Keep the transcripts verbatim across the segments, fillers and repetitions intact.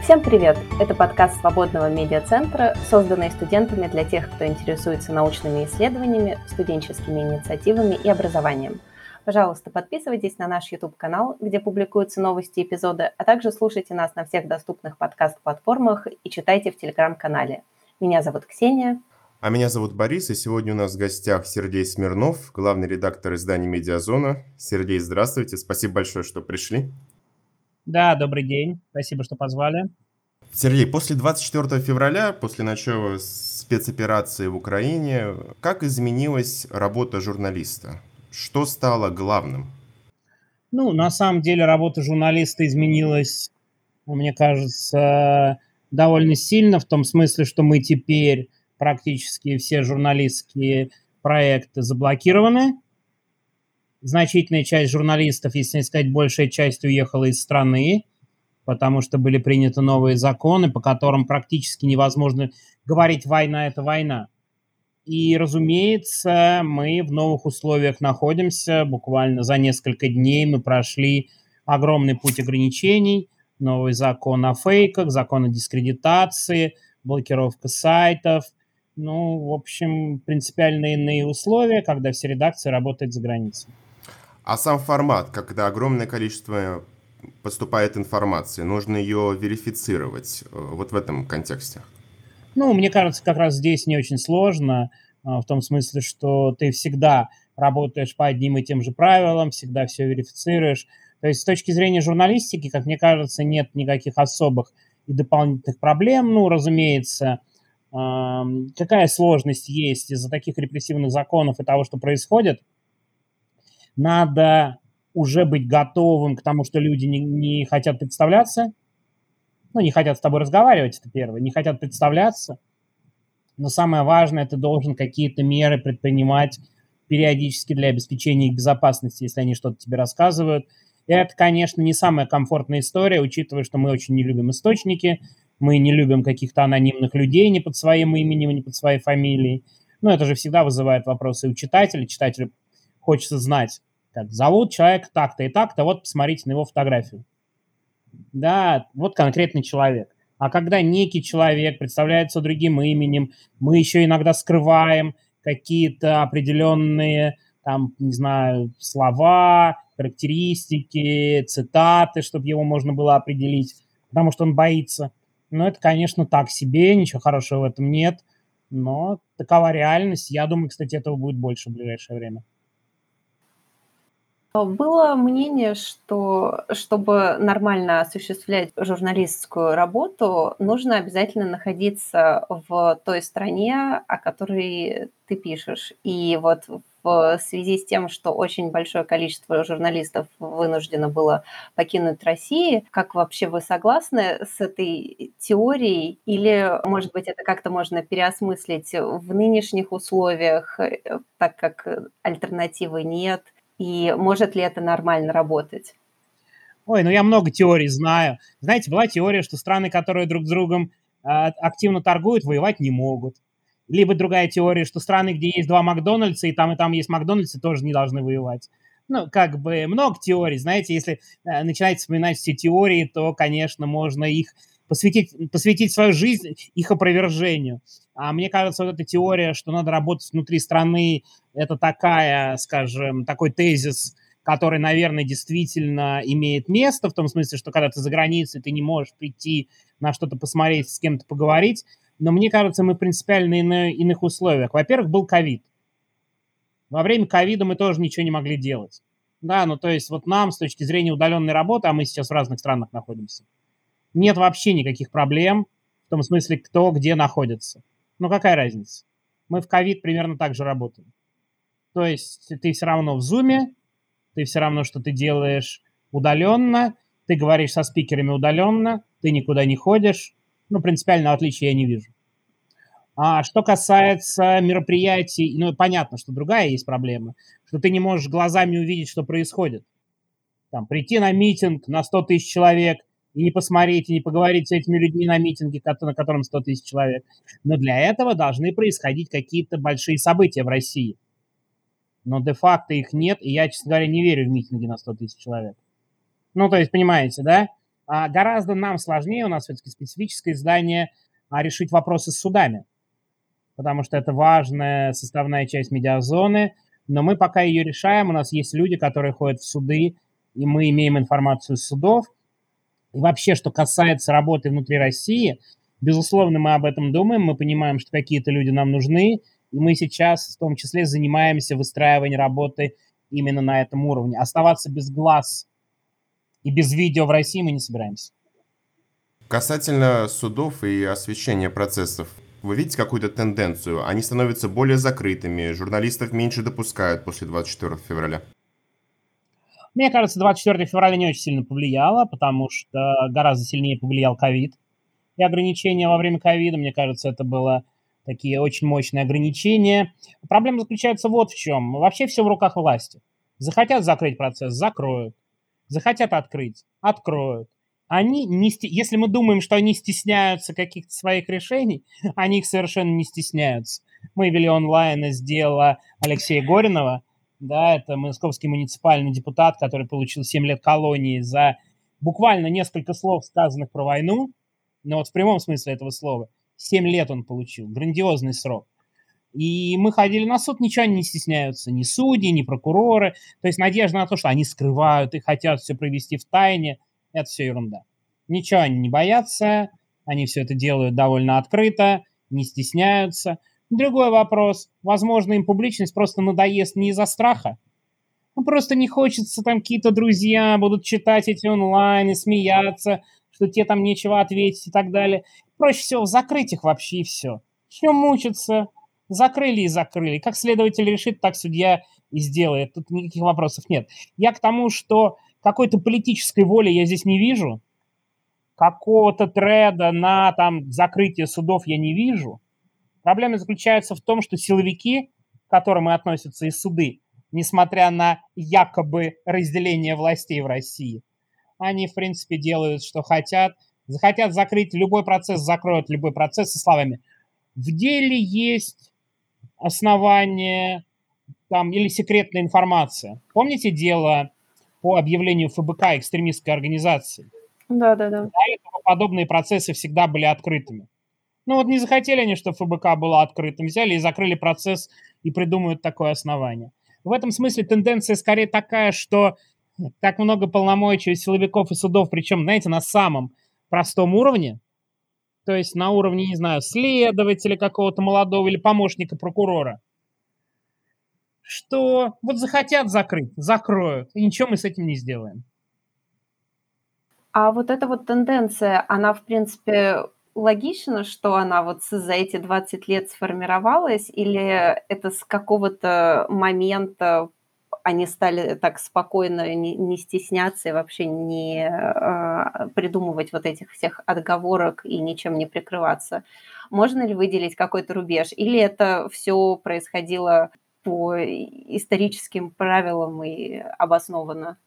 Всем привет! Это подкаст Свободного медиацентра, созданный студентами для тех, кто интересуется научными исследованиями, студенческими инициативами и образованием. Пожалуйста, подписывайтесь на наш YouTube-канал, где публикуются новости и эпизоды, а также слушайте нас на всех доступных подкаст-платформах и читайте в Телеграм-канале. Меня зовут Ксения. А меня зовут Борис, и сегодня у нас в гостях Сергей Смирнов, главный редактор издания «Медиазона». Сергей, здравствуйте, спасибо большое, что пришли. Да, добрый день, спасибо, что позвали. Сергей, после двадцать четвёртого февраля, после начала спецоперации в Украине, как изменилась работа журналиста? Что стало главным? Ну, на самом деле работа журналиста изменилась, мне кажется, довольно сильно, в том смысле, что мы теперь практически все журналистские проекты заблокированы. Значительная часть журналистов, если не сказать большая часть, уехала из страны, потому что были приняты новые законы, по которым практически невозможно говорить «война – это война». И, разумеется, мы в новых условиях находимся. Буквально за несколько дней мы прошли огромный путь ограничений. Новый закон о фейках, закон о дискредитации, блокировка сайтов. Ну, в общем, принципиально иные условия, когда все редакции работают за границей. А сам формат, когда огромное количество поступает информации, нужно ее верифицировать, вот в этом контексте? Ну, мне кажется, как раз здесь не очень сложно, в том смысле, что ты всегда работаешь по одним и тем же правилам, всегда все верифицируешь. То есть с точки зрения журналистики, как мне кажется, нет никаких особых и дополнительных проблем. Ну, разумеется, какая сложность есть из-за таких репрессивных законов и того, что происходит. Надо уже быть готовым к тому, что люди не, не хотят представляться, ну, не хотят с тобой разговаривать, это первое, не хотят представляться. Но самое важное, ты должен какие-то меры предпринимать периодически для обеспечения их безопасности, если они что-то тебе рассказывают. И это, конечно, не самая комфортная история, учитывая, что мы очень не любим источники, мы не любим каких-то анонимных людей ни под своим именем, ни под своей фамилией. Но это же всегда вызывает вопросы у читателя. Читателю хочется знать, как зовут человека так-то и так-то, вот посмотрите на его фотографию. Да, вот конкретный человек. А когда некий человек представляется другим именем, мы еще иногда скрываем какие-то определенные, там, не знаю, слова, характеристики, цитаты, чтобы его можно было определить, потому что он боится. Но это, конечно, так себе, ничего хорошего в этом нет, но такова реальность. Я думаю, кстати, этого будет больше в ближайшее время. Было мнение, что чтобы нормально осуществлять журналистскую работу, нужно обязательно находиться в той стране, о которой ты пишешь. И вот в связи с тем, что очень большое количество журналистов вынуждено было покинуть Россию, как вообще вы согласны с этой теорией? Или, может быть, это как-то можно переосмыслить в нынешних условиях, так как альтернативы нет? И может ли это нормально работать? Ой, ну я много теорий знаю. Знаете, была теория, что страны, которые друг с другом э, активно торгуют, воевать не могут. Либо другая теория, что страны, где есть два Макдональдса, и там, и там есть Макдональдсы, тоже не должны воевать. Ну, как бы много теорий. Знаете, если э, начинать вспоминать все теории, то, конечно, можно их посвятить, посвятить свою жизнь их опровержению. А мне кажется, вот эта теория, что надо работать внутри страны, это такая, скажем, такой тезис, который, наверное, действительно имеет место, в том смысле, что когда ты за границей, ты не можешь прийти на что-то посмотреть, с кем-то поговорить. Но мне кажется, мы принципиально иных, иных условиях. Во-первых, был ковид. Во время ковида мы тоже ничего не могли делать. Да, ну то есть вот нам с точки зрения удаленной работы, а мы сейчас в разных странах находимся, нет вообще никаких проблем в том смысле, кто где находится. Ну какая разница? Мы в ковид примерно так же работаем. То есть ты все равно в зуме, ты все равно что-то делаешь удаленно, ты говоришь со спикерами удаленно, ты никуда не ходишь. Ну, принципиального отличия я не вижу. А что касается мероприятий, ну, понятно, что другая есть проблема, что ты не можешь глазами увидеть, что происходит. Там, прийти на митинг на сто тысяч человек и не посмотреть, и не поговорить с этими людьми на митинге, на котором сто тысяч человек. Но для этого должны происходить какие-то большие события в России. Но де-факто их нет, и я, честно говоря, не верю в митинги на сто тысяч человек. Ну, то есть, понимаете, да? А гораздо нам сложнее, у нас все-таки специфическое издание, а, решить вопросы с судами, потому что это важная составная часть медиазоны, но мы пока ее решаем, у нас есть люди, которые ходят в суды, и мы имеем информацию из судов. И вообще, что касается работы внутри России, безусловно, мы об этом думаем, мы понимаем, что какие-то люди нам нужны, и мы сейчас в том числе занимаемся выстраиванием работы именно на этом уровне. Оставаться без глаз и без видео в России мы не собираемся. Касательно судов и освещения процессов, вы видите какую-то тенденцию? Они становятся более закрытыми, журналистов меньше допускают после двадцать четвёртого февраля? Мне кажется, двадцать четвёртого февраля не очень сильно повлияло, потому что гораздо сильнее повлиял ковид и ограничения во время ковида. Мне кажется, это было такие очень мощные ограничения. Проблема заключается вот в чем. Вообще все в руках власти. Захотят закрыть процесс — закроют. Захотят открыть — откроют. Они не сти... Если мы думаем, что они стесняются каких-то своих решений, они их совершенно не стесняются. Мы вели онлайн из дела Алексея Горинова. Да, это московский муниципальный депутат, который получил семь лет колонии за буквально несколько слов, сказанных про войну. Но вот в прямом смысле этого слова. семь лет он получил. Грандиозный срок. И мы ходили на суд, ничего они не стесняются. Ни судьи, ни прокуроры. То есть надежда на то, что они скрывают и хотят все провести в тайне, это все ерунда. Ничего они не боятся. Они все это делают довольно открыто, не стесняются. Другой вопрос. Возможно, им публичность просто надоест не из-за страха. Ну, просто не хочется, там какие-то друзья будут читать эти онлайн и смеяться, что те там нечего ответить и так далее. Проще всего закрыть их вообще и все. Чем мучиться? Закрыли и закрыли. Как следователь решит, так судья и сделает. Тут никаких вопросов нет. Я к тому, что какой-то политической воли я здесь не вижу. Какого-то треда на там закрытие судов я не вижу. Проблема заключается в том, что силовики, к которым и относятся и суды, несмотря на якобы разделение властей в России, они, в принципе, делают, что хотят. Захотят закрыть любой процесс, закроют любой процесс со словами: в деле есть основания там, или секретная информация. Помните дело по объявлению ФБК экстремистской организации? Да, да, да. До этого подобные процессы всегда были открытыми. Ну вот не захотели они, чтобы ФБК было открытым, взяли и закрыли процесс и придумают такое основание. В этом смысле тенденция скорее такая, что так много полномочий у силовиков и судов, причем, знаете, на самом простом уровне, то есть на уровне, не знаю, следователя какого-то молодого или помощника прокурора, что вот захотят закрыть, закроют, и ничего мы с этим не сделаем. А вот эта вот тенденция, она, в принципе, логично, что она вот за эти двадцать лет сформировалась, или это с какого-то момента они стали так спокойно не, не стесняться и вообще не э, придумывать вот этих всех отговорок и ничем не прикрываться? Можно ли выделить какой-то рубеж? Или это все происходило по историческим правилам и обоснованно?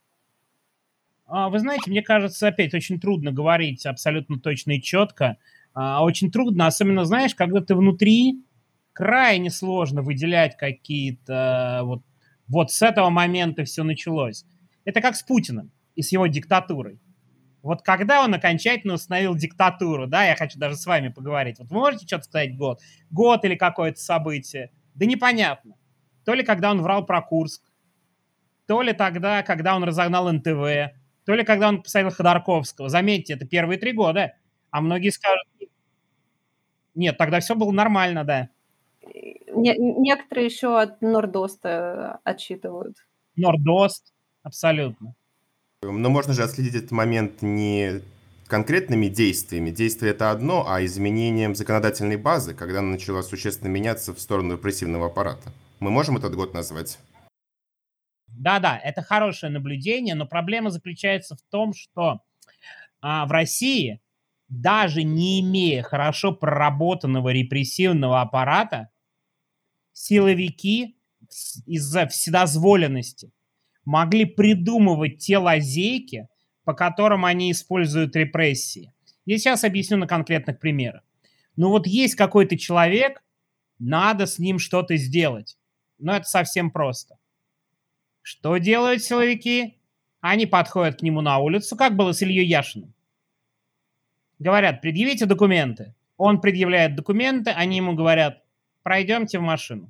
Вы знаете, мне кажется, опять очень трудно говорить абсолютно точно и четко. Очень трудно, особенно, знаешь, когда ты внутри, крайне сложно выделять какие-то... Вот, вот с этого момента все началось. Это как с Путиным и с его диктатурой. Вот когда он окончательно установил диктатуру, да, я хочу даже с вами поговорить. Вот вы можете что-то сказать год? Год или какое-то событие? Да непонятно. То ли когда он врал про Курск, то ли тогда, когда он разогнал эн тэ вэ, то ли когда он посадил Ходорковского. Заметьте, это первые три года. А многие скажут, нет, тогда все было нормально, да. Не- некоторые еще от Нордоста отсчитывают. Нордост, абсолютно. Но можно же отследить этот момент не конкретными действиями. Действие — это одно, а изменением законодательной базы, когда она начала существенно меняться в сторону репрессивного аппарата. Мы можем этот год назвать? Да-да, это хорошее наблюдение, но проблема заключается в том, что а, в России, даже не имея хорошо проработанного репрессивного аппарата, силовики из-за вседозволенности могли придумывать те лазейки, по которым они используют репрессии. Я сейчас объясню на конкретных примерах. Ну вот есть какой-то человек, надо с ним что-то сделать. Но это совсем просто. Что делают силовики? Они подходят к нему на улицу, как было с Ильей Яшиным. Говорят, предъявите документы. Он предъявляет документы, они ему говорят, пройдемте в машину.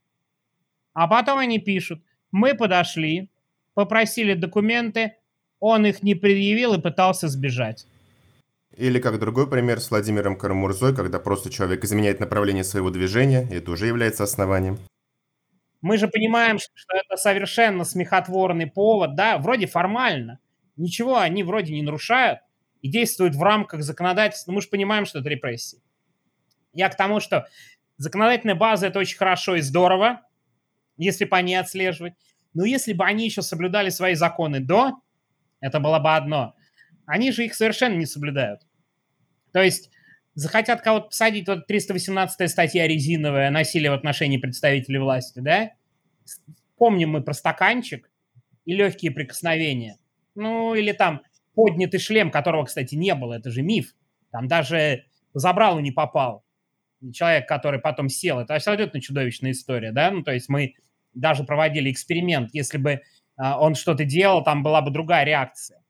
А потом они пишут, мы подошли, попросили документы, он их не предъявил и пытался сбежать. Или как другой пример с Владимиром Карамурзой, когда просто человек изменяет направление своего движения, и это уже является основанием. Мы же понимаем, что это совершенно смехотворный повод, да, вроде формально. Ничего они вроде не нарушают и действуют в рамках законодательства. Мы же понимаем, что это репрессии. Я к тому, что законодательная база – это очень хорошо и здорово, если бы они отслеживать. Но если бы они еще соблюдали свои законы до, это было бы одно. Они же их совершенно не соблюдают. То есть захотят кого-то посадить, вот триста восемнадцатая статья резиновая, насилие в отношении представителей власти, да? Помним мы про стаканчик и легкие прикосновения. Ну, или там поднятый шлем, которого, кстати, не было, это же миф. Там даже по забралу не попал человек, который потом сел. Это абсолютно чудовищная история, да? Ну, то есть мы даже проводили эксперимент. Если бы а, он что-то делал, там была бы другая реакция.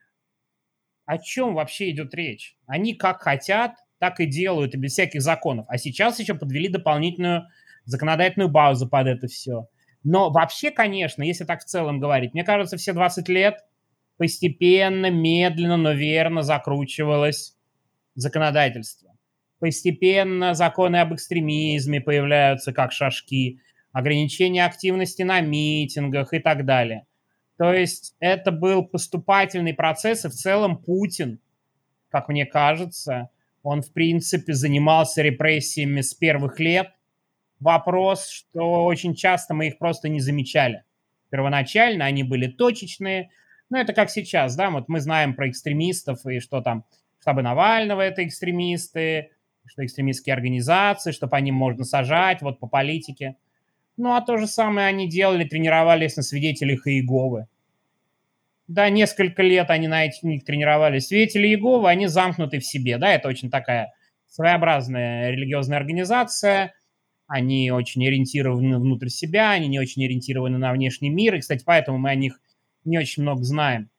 О чем вообще идет речь? Они как хотят, так и делают, и без всяких законов. А сейчас еще подвели дополнительную законодательную базу под это все. Но вообще, конечно, если так в целом говорить, мне кажется, все двадцать лет постепенно, медленно, но верно закручивалось законодательство. Постепенно законы об экстремизме появляются как шажки, ограничение активности на митингах и так далее. То есть это был поступательный процесс, и в целом Путин, как мне кажется, он, в принципе, занимался репрессиями с первых лет. Вопрос, что очень часто мы их просто не замечали. Первоначально они были точечные, но это как сейчас, да, вот мы знаем про экстремистов, и что там штабы Навального – это экстремисты, что экстремистские организации, что по ним можно сажать, вот по политике. Ну, а то же самое они делали, тренировались на свидетелях Иеговы. Да, несколько лет они на них тренировались. Свидетели Иеговы, они замкнуты в себе, да, это очень такая своеобразная религиозная организация, они очень ориентированы внутрь себя, они не очень ориентированы на внешний мир, и, кстати, поэтому мы о них не очень много знаем.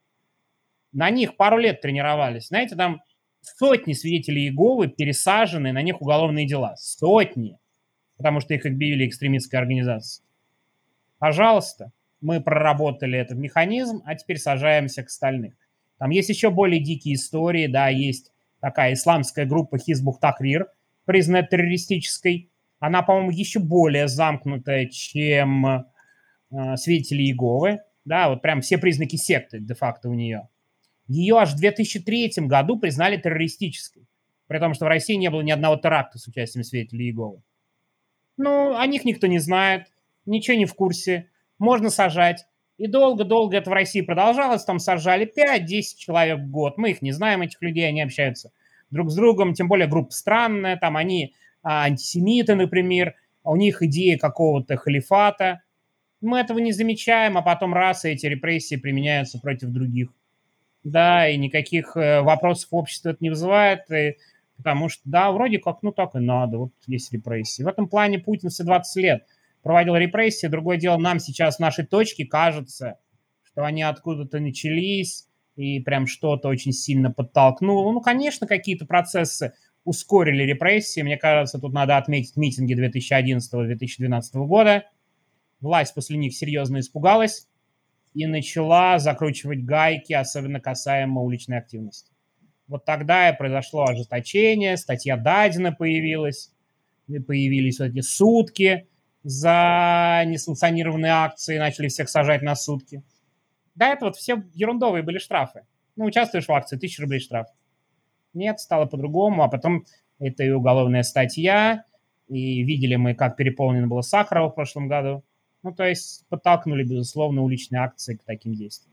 На них пару лет тренировались. Знаете, там сотни свидетелей Иеговы пересажены, на них уголовные дела. Сотни. Потому что их объявили экстремистской организацией. Пожалуйста, мы проработали этот механизм, а теперь сажаемся к остальным. Там есть еще более дикие истории, да, есть такая исламская группа Хизбут Тахрир, признанная террористической. Она, по-моему, еще более замкнутая, чем э, свидетели Иеговы. Да, вот прям все признаки секты де-факто у нее. Ее аж в две тысячи третьем году признали террористической, при том, что в России не было ни одного теракта с участием свидетелей Иеговы. Ну, о них никто не знает, ничего не в курсе, можно сажать. И долго-долго это в России продолжалось, там сажали пять-десять человек в год. Мы их не знаем, этих людей, они общаются друг с другом, тем более группа странная, там они а, антисемиты, например, у них идея какого-то халифата. Мы этого не замечаем, а потом раз, и эти репрессии применяются против других. Да, и никаких э, вопросов общества это не вызывает, и потому что, да, вроде как, ну так и надо, вот есть репрессии. В этом плане Путин все двадцать лет проводил репрессии. Другое дело, нам сейчас в нашей точке кажется, что они откуда-то начались и прям что-то очень сильно подтолкнуло. Ну, конечно, какие-то процессы ускорили репрессии. Мне кажется, тут надо отметить митинги две тысячи одиннадцатого - две тысячи двенадцатого года. Власть после них серьезно испугалась и начала закручивать гайки, особенно касаемо уличной активности. Вот тогда и произошло ожесточение, статья Дадина появилась, появились вот эти сутки за несанкционированные акции, начали всех сажать на сутки. До этого все ерундовые были штрафы. Ну, участвуешь в акции, тысяча рублей штраф. Нет, стало по-другому, а потом это и уголовная статья, и видели мы, как переполнено было Сахарова в прошлом году. Ну, то есть подтолкнули, безусловно, уличные акции к таким действиям.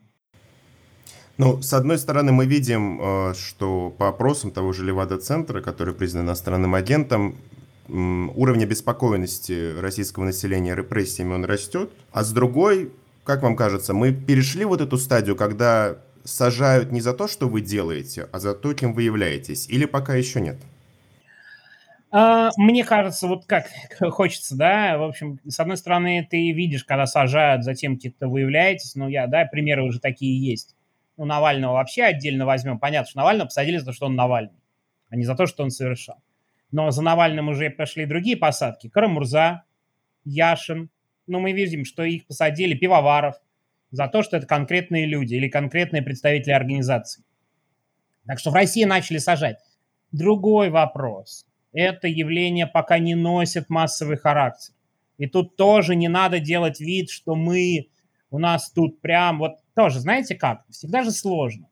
Ну, с одной стороны, мы видим, что по опросам того же Левада-центра, который признан иностранным агентом, уровень обеспокоенности российского населения репрессиями он растет. А с другой, как вам кажется, мы перешли вот эту стадию, когда сажают не за то, что вы делаете, а за то, кем вы являетесь, или пока еще нет? А, мне кажется, вот как хочется, да, в общем, с одной стороны, ты видишь, когда сажают за тем, кто вы являетесь, ну, я, да, примеры уже такие есть. Ну, Навального вообще отдельно возьмем. Понятно, что Навального посадили за то, что он Навальный, а не за то, что он совершал. Но за Навальным уже пошли другие посадки. Карамурза, Яшин. Ну, мы видим, что их посадили, Пивоваров, за то, что это конкретные люди или конкретные представители организаций. Так что в России начали сажать. Другой вопрос. Это явление пока не носит массовый характер. И тут тоже не надо делать вид, что мы, у нас тут прям вот тоже, знаете как, всегда же сложно.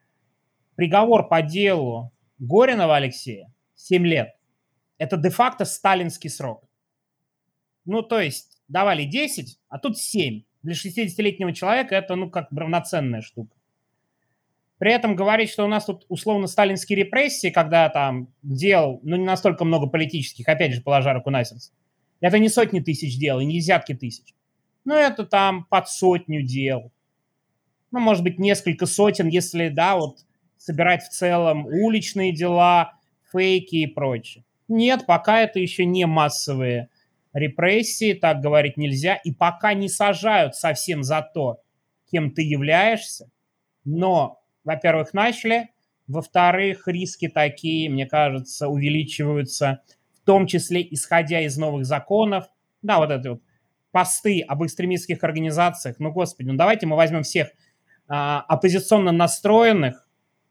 Приговор по делу Горинова Алексея семь лет. Это де-факто сталинский срок. Ну, то есть давали десять, а тут семь. Для шестидесятилетнего человека это, ну, как равноценная штука. При этом говорить, что у нас тут условно сталинские репрессии, когда там дел, ну, не настолько много политических, опять же, положа руку на сердце, это не сотни тысяч дел и не десятки тысяч. Ну, это там под сотню дел. Ну, может быть, несколько сотен, если, да, вот собирать в целом уличные дела, фейки и прочее. Нет, пока это еще не массовые репрессии, так говорить нельзя. И пока не сажают совсем за то, кем ты являешься, но... Во-первых, начали. Во-вторых, риски такие, мне кажется, увеличиваются, в том числе исходя из новых законов. Да, вот это вот посты об экстремистских организациях. Ну, господи, ну давайте мы возьмем всех а, оппозиционно настроенных,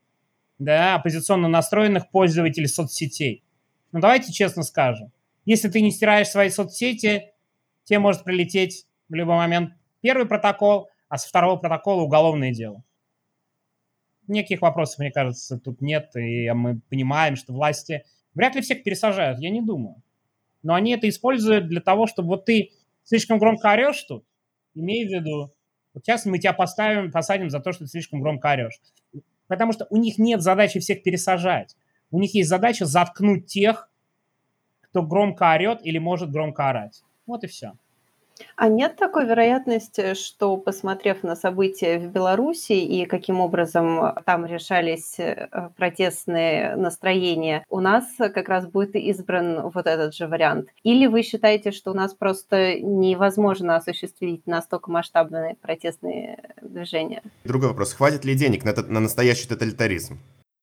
да, оппозиционно настроенных пользователей соцсетей. Ну, давайте честно скажем. Если ты не стираешь свои соцсети, тебе может прилететь в любой момент первый протокол, а со второго протокола уголовное дело. Никаких вопросов, мне кажется, тут нет, и мы понимаем, что власти вряд ли всех пересажают, я не думаю. Но они это используют для того, чтобы вот ты слишком громко орешь тут, имей в виду, вот сейчас мы тебя поставим, посадим за то, что ты слишком громко орешь. Потому что у них нет задачи всех пересажать. У них есть задача заткнуть тех, кто громко орет или может громко орать. Вот и все. А нет такой вероятности, что, посмотрев на события в Беларуси и каким образом там решались протестные настроения, у нас как раз будет избран вот этот же вариант? Или вы считаете, что у нас просто невозможно осуществить настолько масштабные протестные движения? Другой вопрос. Хватит ли денег на, на настоящий тоталитаризм?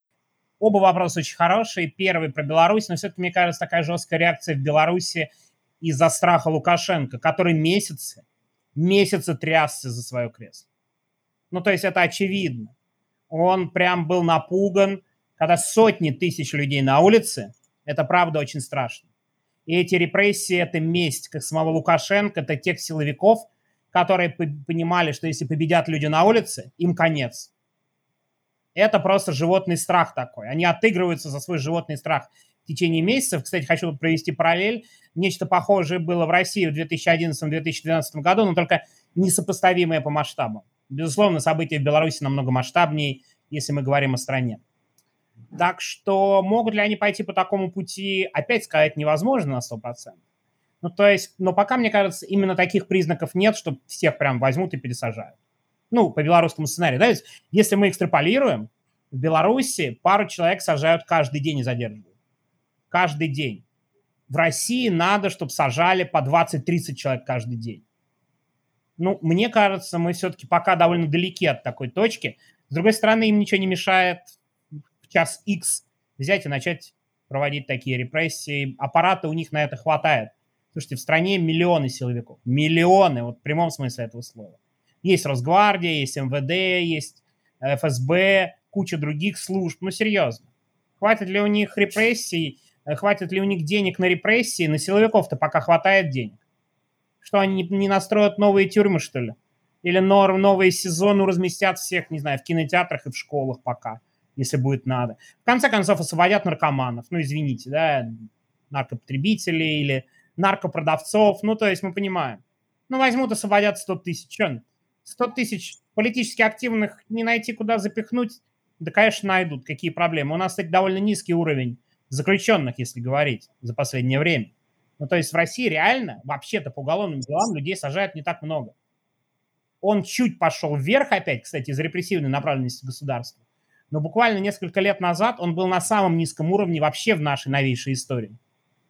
Оба вопроса очень хорошие. Первый про Беларусь, но все-таки, мне кажется, такая жесткая реакция в Беларуси из-за страха Лукашенко, который месяцы, месяцы трясся за свое кресло. Ну, то есть это очевидно. Он прям был напуган, когда сотни тысяч людей на улице. Это правда очень страшно. И эти репрессии, это месть, как самого Лукашенко, это тех силовиков, которые понимали, что если победят люди на улице, им конец. Это просто животный страх такой. Они отыгрываются за свой животный страх в течение месяцев. Кстати, хочу провести параллель. Нечто похожее было в России в две тысячи одиннадцатом - две тысячи двенадцатом году, но только несопоставимое по масштабам. Безусловно, события в Беларуси намного масштабнее, если мы говорим о стране. Так что могут ли они пойти по такому пути, опять сказать невозможно на сто процентов. Ну, то есть, но пока, мне кажется, именно таких признаков нет, что всех прям возьмут и пересажают. Ну, по белорусскому сценарию. Да? Если мы экстраполируем, в Беларуси пару человек сажают каждый день и задерживают. Каждый день. В России надо, чтобы сажали по двадцать-тридцать человек каждый день. Ну, мне кажется, мы все-таки пока довольно далеки от такой точки. С другой стороны, им ничего не мешает в час X взять и начать проводить такие репрессии. Аппарата у них на это хватает. Слушайте, в стране миллионы силовиков. Миллионы, вот в прямом смысле этого слова. Есть Росгвардия, есть эм вэ дэ, есть эф эс бэ, куча других служб. Ну, серьезно. Хватит ли у них репрессий, хватит ли у них денег на репрессии? На силовиков-то пока хватает денег. Что, они не настроят новые тюрьмы, что ли? Или новые сезоны разместят всех, не знаю, в кинотеатрах и в школах пока, если будет надо. В конце концов, освободят наркоманов. Ну, извините, да, наркопотребителей или наркопродавцов. Ну, то есть мы понимаем. Ну, возьмут, освободят сто тысяч. Что? сто тысяч политически активных не найти, куда запихнуть? Да, конечно, найдут. Какие проблемы? У нас, кстати, довольно низкий уровень заключенных, если говорить, за последнее время. Ну, то есть в России реально, вообще-то по уголовным делам людей сажают не так много. Он чуть пошел вверх опять, кстати, из репрессивной направленности государства. Но буквально несколько лет назад он был на самом низком уровне вообще в нашей новейшей истории.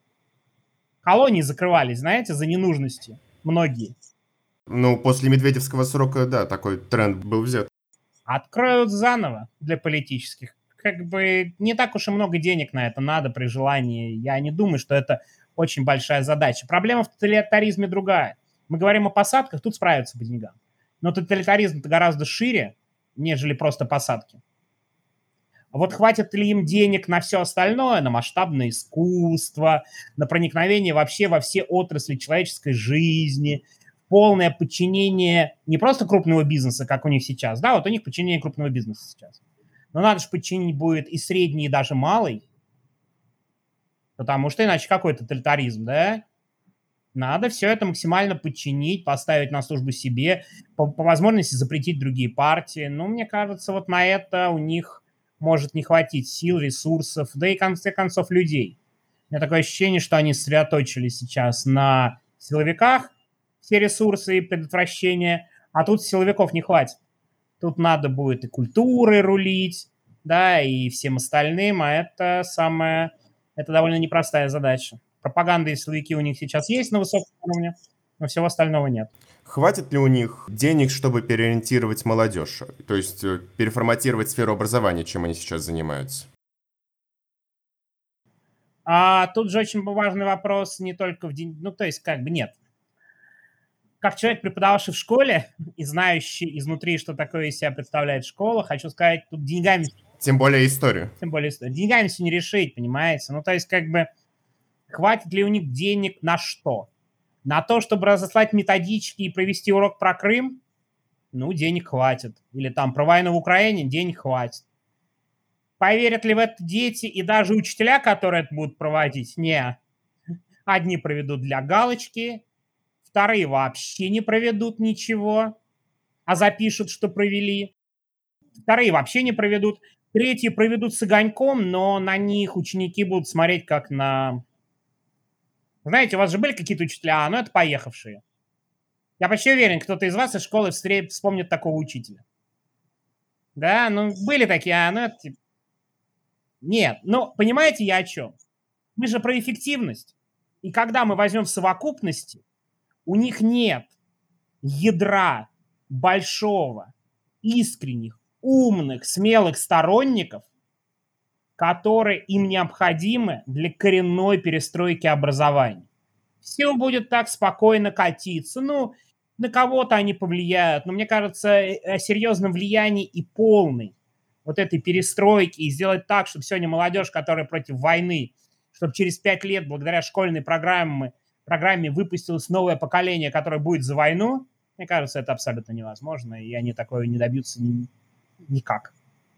колонии закрывались, знаете, за ненужностью. Многие. Ну, после Медведевского срока, да, такой тренд был взят. Откроют заново для политических. Как бы не так уж и много денег на это надо при желании. Я не думаю, что это очень большая задача. Проблема в тоталитаризме другая. Мы говорим о посадках, тут справятся по деньгам. Но тоталитаризм-то гораздо шире, нежели просто посадки. Вот хватит ли им денег на все остальное, на масштабное искусство, на проникновение вообще во все отрасли человеческой жизни, полное подчинение не просто крупного бизнеса, как у них сейчас, да, вот у них подчинение крупного бизнеса сейчас. Но надо же подчинить будет и средний, и даже малый, потому что иначе какой тоталитаризм, да? Надо все это максимально подчинить, поставить на службу себе, по, по возможности запретить другие партии. Ну, мне кажется, вот на это у них может не хватить сил, ресурсов, да и, в конце концов, людей. У меня такое ощущение, что они сосредоточились сейчас на силовиках, все ресурсы и предотвращения, а тут силовиков не хватит. Тут надо будет и культурой рулить, да, и всем остальным, а это самое, это довольно непростая задача. Пропаганда и силовики у них сейчас есть на высоком уровне, но всего остального нет. Хватит ли у них денег, чтобы переориентировать молодежь? То есть переформатировать сферу образования, чем они сейчас занимаются? А тут же очень важный вопрос не только в день... Ну, то есть, как бы нет. Как человек, преподававший в школе и знающий изнутри, что такое из себя представляет школа, хочу сказать, тут деньгами... Тем более историю. Тем более историю. Деньгами все не решить, понимаете? Ну, то есть, как бы, хватит ли у них денег на что? На то, чтобы разослать методички и провести урок про Крым? Ну, денег хватит. Или там про войну в Украине? Денег хватит. Поверят ли в это дети и даже учителя, которые это будут проводить? Не. Одни проведут для галочки, вторые вообще не проведут ничего, а запишут, что провели. Вторые вообще не проведут. Третьи проведут с огоньком, но на них ученики будут смотреть как на... Знаете, у вас же были какие-то учителя, а ну это поехавшие. Я почти уверен, кто-то из вас из школы вспомнит такого учителя. Да, ну были такие, а ну это... Нет, ну понимаете я о чем? Мы же про эффективность. И когда мы возьмем в совокупности, у них нет ядра большого, искренних, умных, смелых сторонников, которые им необходимы для коренной перестройки образования. Все будет так спокойно катиться. Ну, на кого-то они повлияют, но мне кажется, о серьезном влиянии и полной вот этой перестройки и сделать так, чтобы сегодня молодежь, которая против войны, чтобы через пять лет благодаря школьной программе, программе выпустилось новое поколение, которое будет за войну, мне кажется, это абсолютно невозможно, и они такое не добьются ни, никак.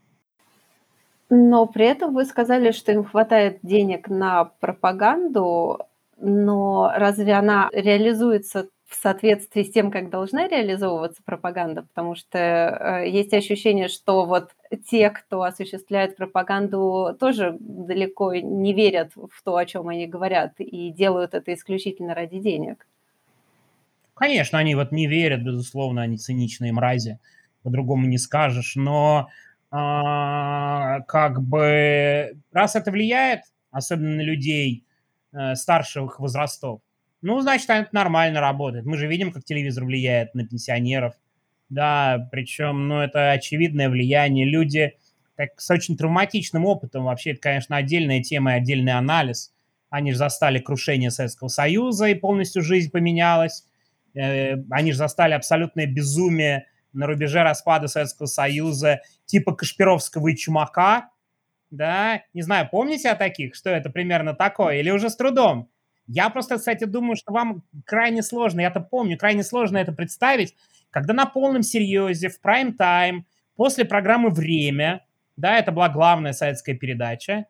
Но при этом вы сказали, что им хватает денег на пропаганду, но разве она реализуется в соответствии с тем, как должна реализовываться пропаганда? Потому что э, есть ощущение, что вот те, кто осуществляет пропаганду, тоже далеко не верят в то, о чем они говорят, и делают это исключительно ради денег. Конечно, они вот не верят, безусловно, они циничные мрази, по-другому не скажешь, но а, как бы раз это влияет, особенно на людей э, старших возрастов, ну, значит, это нормально работает. Мы же видим, как телевизор влияет на пенсионеров, да, причем, ну, это очевидное влияние. Люди так, с очень травматичным опытом, вообще, это, конечно, отдельная тема и отдельный анализ. Они же застали крушение Советского Союза, и полностью жизнь поменялась. Они же застали абсолютное безумие на рубеже распада Советского Союза, типа Кашпировского и Чумака, да, не знаю, помните о таких, что это примерно такое, или уже с трудом? Я просто, кстати, думаю, что вам крайне сложно, я-то помню, крайне сложно это представить, когда на полном серьезе, в прайм-тайм, после программы «Время», да, это была главная советская передача,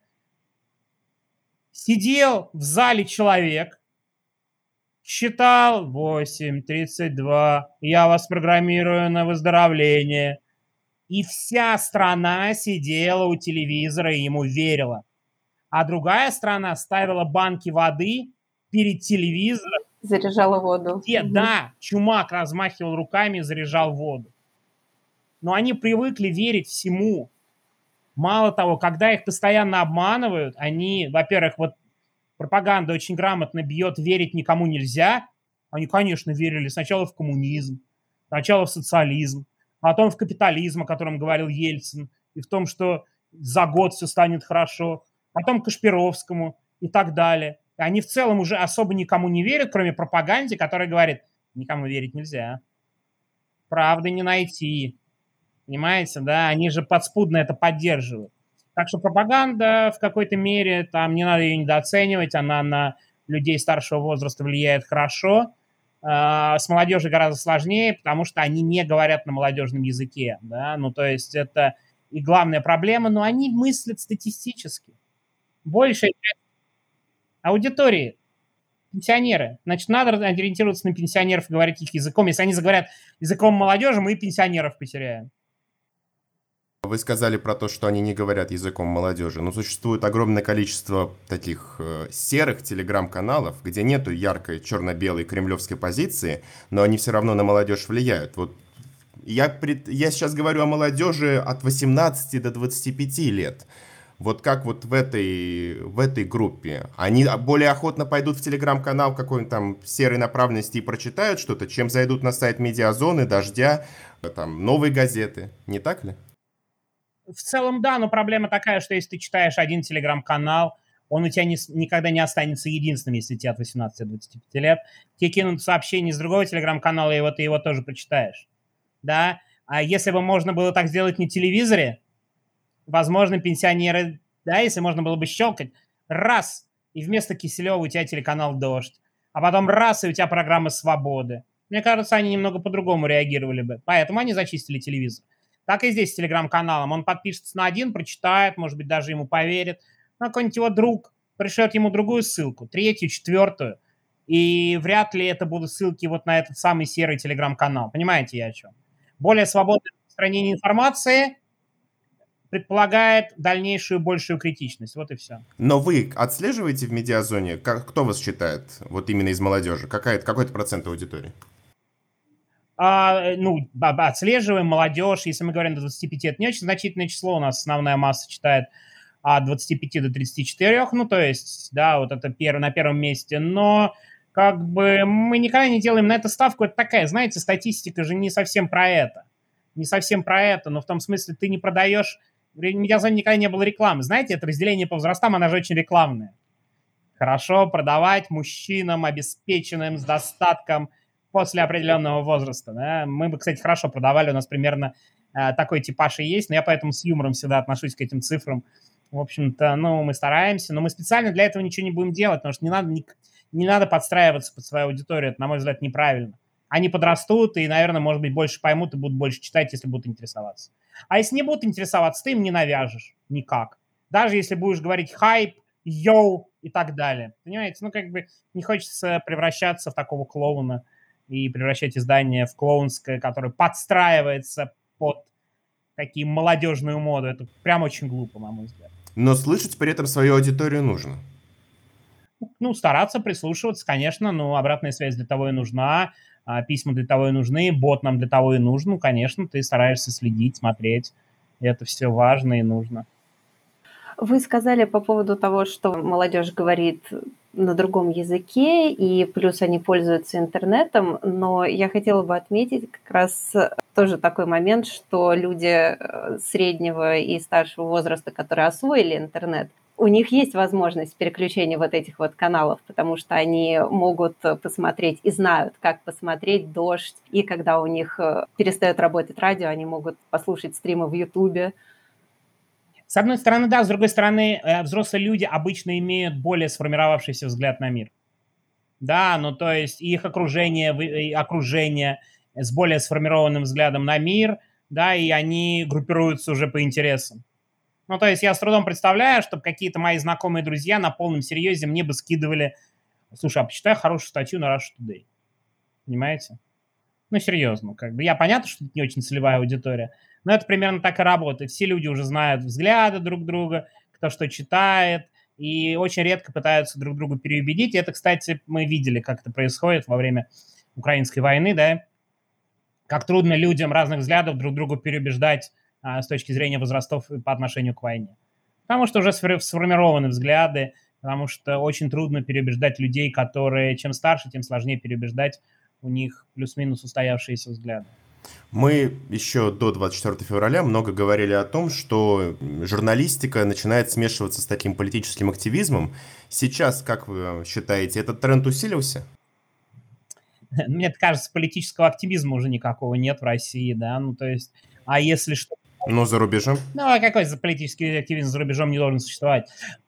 сидел в зале человек, считал восемь тридцать два, я вас программирую на выздоровление. И вся страна сидела у телевизора и ему верила. А другая страна ставила банки воды перед телевизором. Заряжала воду. Где, угу. Да, Чумак размахивал руками и заряжал воду. Но они привыкли верить всему. Мало того, когда их постоянно обманывают, они, во-первых, вот пропаганда очень грамотно бьет «верить никому нельзя», они, конечно, верили сначала в коммунизм, сначала в социализм, потом в капитализм, о котором говорил Ельцин, и в том, что за год все станет хорошо, потом к Кашпировскому и так далее. И они в целом уже особо никому не верят, кроме пропаганде, которая говорит, никому верить нельзя, правды не найти. Понимаете, да? Они же подспудно это поддерживают. Так что пропаганда в какой-то мере, там не надо ее недооценивать, она на людей старшего возраста влияет хорошо. С молодежью гораздо сложнее, потому что они не говорят на молодежном языке, да, ну, то есть это и главная проблема, но они мыслят статистически. Большая часть аудитории – пенсионеры. Значит, надо ориентироваться на пенсионеров и говорить их языком. Если они заговорят языком молодежи, мы и пенсионеров потеряем. Вы сказали про то, что они не говорят языком молодежи, но существует огромное количество таких э, серых телеграм-каналов, где нету яркой черно-белой кремлевской позиции, но они все равно на молодежь влияют. Вот я, пред... я сейчас говорю о молодежи от восемнадцати до двадцати пяти лет. Вот как вот в этой, в этой группе? Они более охотно пойдут в телеграм-канал какой-нибудь там серой направленности и прочитают что-то, чем зайдут на сайт Медиазоны, Дождя, там, Новой газеты. Не так ли? В целом, да, но проблема такая, что если ты читаешь один телеграм-канал, он у тебя не, никогда не останется единственным, если тебе от восемнадцати до двадцати пяти лет. Тебе кинут сообщение с другого телеграм-канала, и вот ты его тоже прочитаешь. Да? А если бы можно было так сделать на телевизоре, возможно, пенсионеры, да, если можно было бы щелкать, раз, и вместо Киселева у тебя телеканал «Дождь», а потом раз, и у тебя программа «Свободы». Мне кажется, они немного по-другому реагировали бы, поэтому они зачистили телевизор. Так и здесь с телеграм-каналом. Он подпишется на один, прочитает, может быть, даже ему поверит. Но какой-нибудь его друг пришлет ему другую ссылку, третью, четвертую. И вряд ли это будут ссылки вот на этот самый серый телеграм-канал. Понимаете я о чем? Более свободное распространение информации предполагает дальнейшую большую критичность. Вот и все. Но вы отслеживаете в Медиазоне, как, кто вас читает вот именно из молодежи? Какая, какой-то процент аудитории? А, ну, отслеживаем молодежь. Если мы говорим до двадцати пяти, это не очень значительное число. У нас основная масса читает от двадцати пяти до тридцати четырёх. Ну, то есть, да, вот это пер, на первом месте. Но как бы мы никогда не делаем на это ставку. Это такая, знаете, статистика же не совсем про это. Не совсем про это, но в том смысле ты не продаешь... В Медиазоне никогда не было рекламы. Знаете, это разделение по возрастам, она же очень рекламная. Хорошо продавать мужчинам, обеспеченным, с достатком, после определенного возраста. Да? Мы бы, кстати, хорошо продавали, у нас примерно э, такой типаж и есть, но я поэтому с юмором всегда отношусь к этим цифрам. В общем-то, ну, мы стараемся, но мы специально для этого ничего не будем делать, потому что не надо, не, не надо подстраиваться под свою аудиторию, это, на мой взгляд, неправильно. Они подрастут и, наверное, может быть, больше поймут и будут больше читать, если будут интересоваться. А если не будут интересоваться, ты им не навяжешь никак. Даже если будешь говорить хайп, йоу и так далее. Понимаете? Ну, как бы не хочется превращаться в такого клоуна и превращать издание в клоунское, которое подстраивается под такие молодежную моду. Это прям очень глупо, на мой взгляд. Но слышать при этом свою аудиторию нужно. Ну, стараться прислушиваться, конечно, но обратная связь для того и нужна, письма для того и нужны, бот нам для того и нужен. Ну, конечно, ты стараешься следить, смотреть. И это все важно и нужно. Вы сказали по поводу того, что молодежь говорит на другом языке, и плюс они пользуются интернетом, но я хотела бы отметить как раз тоже такой момент, что люди среднего и старшего возраста, которые освоили интернет, у них есть возможность переключения вот этих вот каналов, потому что они могут посмотреть и знают, как посмотреть «Дождь», и когда у них перестает работать радио, они могут послушать стримы в Ютубе. С одной стороны, да, с другой стороны, взрослые люди обычно имеют более сформировавшийся взгляд на мир. Да, ну то есть их окружение, окружение с более сформированным взглядом на мир, да, и они группируются уже по интересам. Ну то есть я с трудом представляю, чтобы какие-то мои знакомые друзья на полном серьезе мне бы скидывали: слушай, а почитай хорошую статью на Russia Today. Понимаете? Ну серьезно, как бы я понятно, что это не очень целевая аудитория, но это примерно так и работает. Все люди уже знают взгляды друг друга, кто что читает, и очень редко пытаются друг друга переубедить. И это, кстати, мы видели, как это происходит во время украинской войны, да, как трудно людям разных взглядов друг другу переубеждать а, с точки зрения возрастов по отношению к войне. Потому что уже сформированы взгляды, потому что очень трудно переубеждать людей, которые чем старше, тем сложнее переубеждать у них плюс-минус устоявшиеся взгляды. Мы еще до двадцать четвёртого февраля много говорили о том, что журналистика начинает смешиваться с таким политическим активизмом. Сейчас, как вы считаете, этот тренд усилился? Мне кажется, политического активизма уже никакого нет в России, да, ну то есть, а если что... Ну, за рубежом? Ну, а какой за политический активизм за рубежом не должен существовать?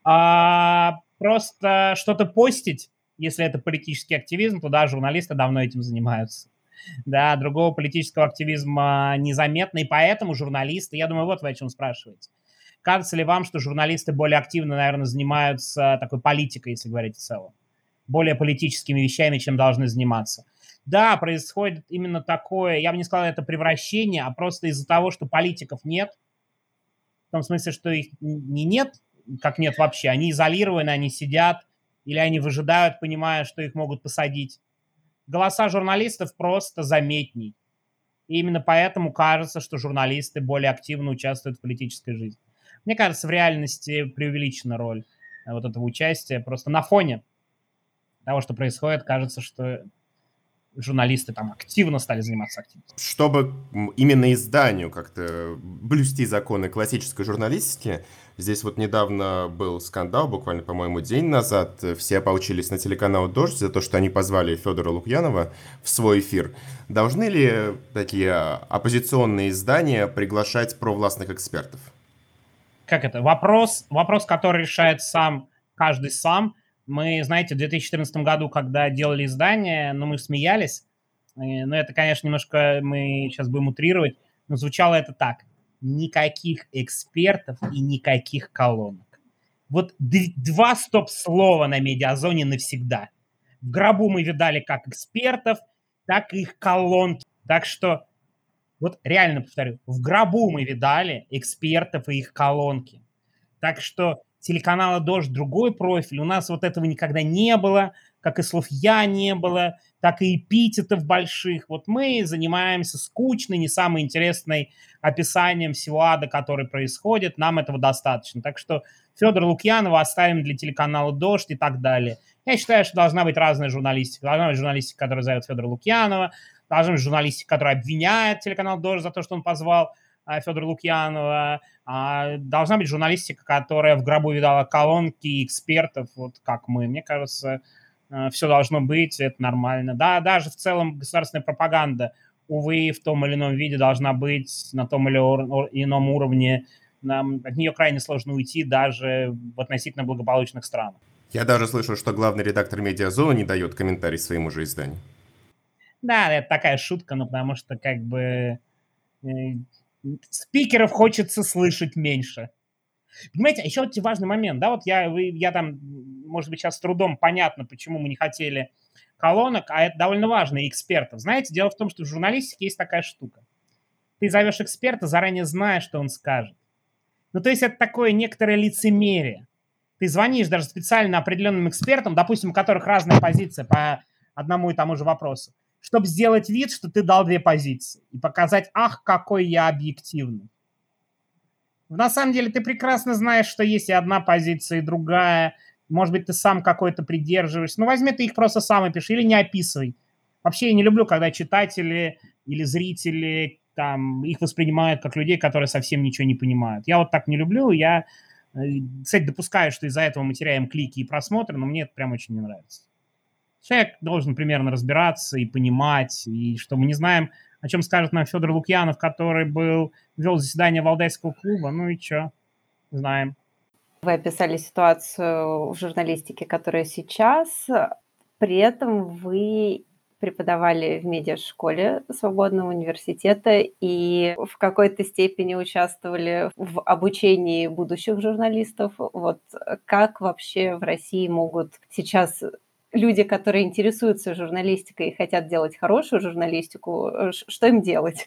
А, просто что-то постить, если это политический активизм, то да, журналисты давно этим занимаются. Да, другого политического активизма незаметно, и поэтому журналисты, я думаю, вот вы о чем спрашиваете. Кажется ли вам, что журналисты более активно, наверное, занимаются такой политикой, если говорить в целом, более политическими вещами, чем должны заниматься? Да, происходит именно такое, я бы не сказал, это превращение, а просто из-за того, что политиков нет, в том смысле, что их не нет, как нет вообще, они изолированы, они сидят, или они выжидают, понимая, что их могут посадить. Голоса журналистов просто заметней. И именно поэтому кажется, что журналисты более активно участвуют в политической жизни. Мне кажется, в реальности преувеличена роль вот этого участия. Просто на фоне того, что происходит, кажется, что журналисты там активно стали заниматься активностью. Чтобы именно изданию как-то блюсти законы классической журналистики, здесь вот недавно был скандал, буквально, по-моему, день назад. Все ополчились на телеканал «Дождь» за то, что они позвали Федора Лукьянова в свой эфир. Должны ли такие оппозиционные издания приглашать провластных экспертов? Как это? Вопрос, вопрос, который решает сам каждый сам. Мы, знаете, в две тысячи четырнадцатом году, когда делали издание, ну, мы смеялись. Но это, конечно, немножко мы сейчас будем утрировать. Но звучало это так. Никаких экспертов и никаких колонок. Вот д- два стоп-слова на медиазоне навсегда. В гробу мы видали как экспертов, так и их колонки. Так что, вот реально повторю, в гробу мы видали экспертов и их колонки. Так что телеканала «Дождь» другой профиль. У нас вот этого никогда не было, как и слов «я» не было, так и эпитетов больших. Вот мы занимаемся скучной, не самой интересной описанием всего ада, который происходит. Нам этого достаточно. Так что Федора Лукьянова оставим для телеканала «Дождь» и так далее. Я считаю, что должна быть разная журналистика. Должна быть журналистика, которая зовет Федора Лукьянова. Должна быть журналистика, которая обвиняет телеканал «Дождь» за то, что он позвал Федора Лукьянова. Должна быть журналистика, которая в гробу видала колонки экспертов, вот как мы. Мне кажется, все должно быть, это нормально. Да, даже в целом государственная пропаганда, увы, в том или ином виде должна быть на том или ином уровне. Нам от нее крайне сложно уйти даже в относительно благополучных странах. Я даже слышал, что главный редактор «Медиазона» не дает комментарий своему же изданию. Да, это такая шутка, ну потому что как бы спикеров хочется слышать меньше. Понимаете, еще вот важный момент, да, вот я, вы, я там, может быть, сейчас с трудом понятно, почему мы не хотели колонок, а это довольно важно, и экспертов. Знаете, дело в том, что в журналистике есть такая штука. Ты зовешь эксперта, заранее зная, что он скажет. Ну, то есть это такое некоторое лицемерие. Ты звонишь даже специально определенным экспертам, допустим, у которых разная позиция по одному и тому же вопросу, чтобы сделать вид, что ты дал две позиции и показать, ах, какой я объективный. На самом деле ты прекрасно знаешь, что есть и одна позиция, и другая. Может быть, ты сам какой-то придерживаешься. Ну, возьми ты их просто сам и пиши, или не описывай. Вообще я не люблю, когда читатели или зрители там, их воспринимают как людей, которые совсем ничего не понимают. Я вот так не люблю. Я, кстати, допускаю, что из-за этого мы теряем клики и просмотры, но мне это прям очень не нравится. Человек должен примерно разбираться и понимать, и что мы не знаем, о чем скажет нам Федор Лукьянов, который был, вел заседание Валдайского клуба. Ну и что? Знаем. Вы описали ситуацию в журналистике, которая сейчас. При этом вы преподавали в медиашколе Свободного университета и в какой-то степени участвовали в обучении будущих журналистов. Вот как вообще в России могут сейчас люди, которые интересуются журналистикой и хотят делать хорошую журналистику, что им делать?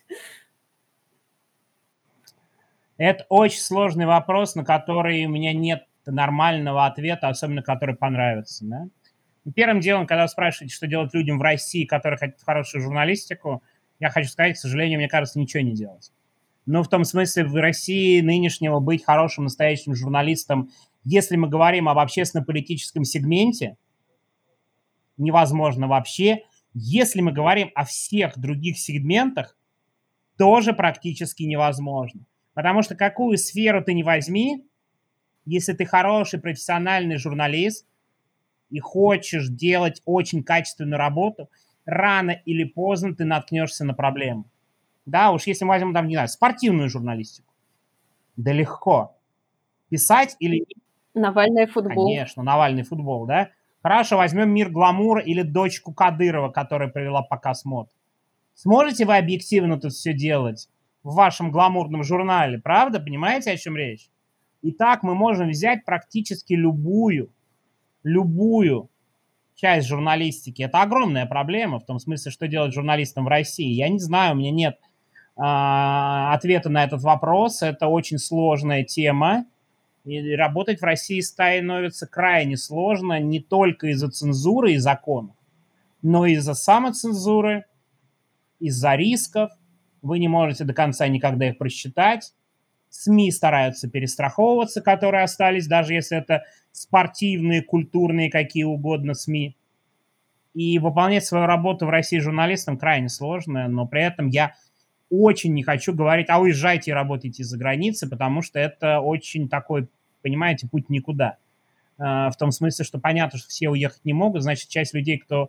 Это очень сложный вопрос, на который у меня нет нормального ответа, особенно который понравится. Да? Первым делом, когда вы спрашиваете, что делать людям в России, которые хотят хорошую журналистику, я хочу сказать, к сожалению, мне кажется, ничего не делать. Ну, в том смысле, в России нынешнего быть хорошим, настоящим журналистом Если мы говорим об общественно-политическом сегменте, невозможно вообще. Если мы говорим о всех других сегментах, тоже практически невозможно. Потому что какую сферу ты не возьми, если ты хороший профессиональный журналист и хочешь делать очень качественную работу, рано или поздно ты наткнешься на проблему. Да, уж если мы возьмем, там, не знаю, спортивную журналистику, да легко. Писать или... Навальный футбол. Конечно, Навальный футбол, да. Хорошо, возьмем «Мир гламура» или дочку Кадырова, которая провела показ мод. Сможете вы объективно тут все делать в вашем гламурном журнале? Правда? Понимаете, о чем речь? Итак, мы можем взять практически любую, любую часть журналистики. Это огромная проблема, в том смысле, что делать журналистам в России. Я не знаю, у меня нет а, ответа на этот вопрос. Это очень сложная тема. И работать в России становится крайне сложно не только из-за цензуры и законов, но и из-за самоцензуры, из-за рисков. Вы не можете до конца никогда их просчитать. СМИ стараются перестраховываться, которые остались, даже если это спортивные, культурные, какие угодно СМИ. И выполнять свою работу в России журналистам крайне сложно, но при этом я очень не хочу говорить, а уезжайте и работайте за границей, потому что это очень такой, понимаете, путь никуда. В том смысле, что понятно, что все уехать не могут, значит, часть людей, кто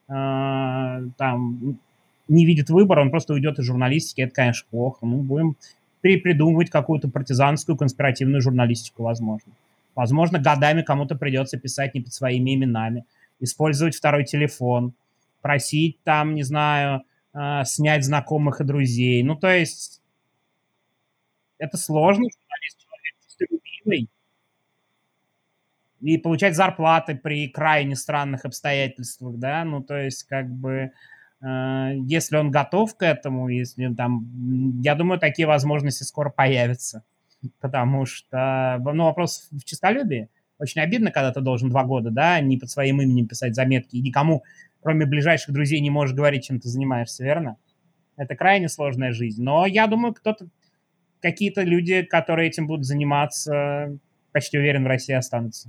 там не видит выбора, он просто уйдет из журналистики, это, конечно, плохо. Мы будем перепридумывать какую-то партизанскую, конспиративную журналистику, возможно. Возможно, годами кому-то придется писать не под своими именами, использовать второй телефон, просить там, не знаю, снять знакомых и друзей. Ну, то есть, это сложно, журналист человек честолюбивый, и получать зарплаты при крайне странных обстоятельствах, да, ну, то есть, как бы, э, если он готов к этому, если там, я думаю, такие возможности скоро появятся, потому что, ну, вопрос в честолюбии. Очень обидно, когда ты должен два года, да, не под своим именем писать заметки, и никому, кроме ближайших друзей, не можешь говорить, чем ты занимаешься, верно? Это крайне сложная жизнь. Но я думаю, кто-то, какие-то люди, которые этим будут заниматься, почти уверен, в России останутся.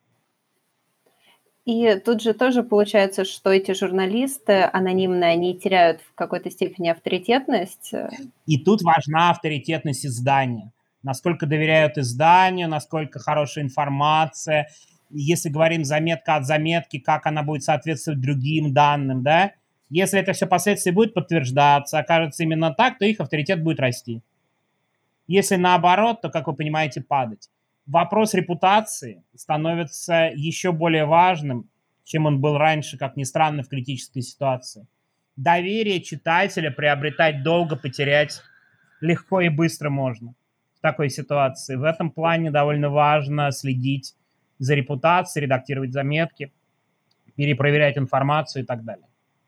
И тут же тоже получается, что эти журналисты анонимные, они теряют в какой-то степени авторитетность. И тут важна авторитетность издания. Насколько доверяют изданию, насколько хорошая информация. Если говорим заметка от заметки, как она будет соответствовать другим данным, да? Если это все впоследствии будет подтверждаться, окажется именно так, то их авторитет будет расти. Если наоборот, то, как вы понимаете, падать. Вопрос репутации становится еще более важным, чем он был раньше, как ни странно, в критической ситуации. Доверие читателя приобретать долго, потерять легко и быстро можно в такой ситуации. В этом плане довольно важно следить за репутацией, редактировать заметки, перепроверять информацию и так далее.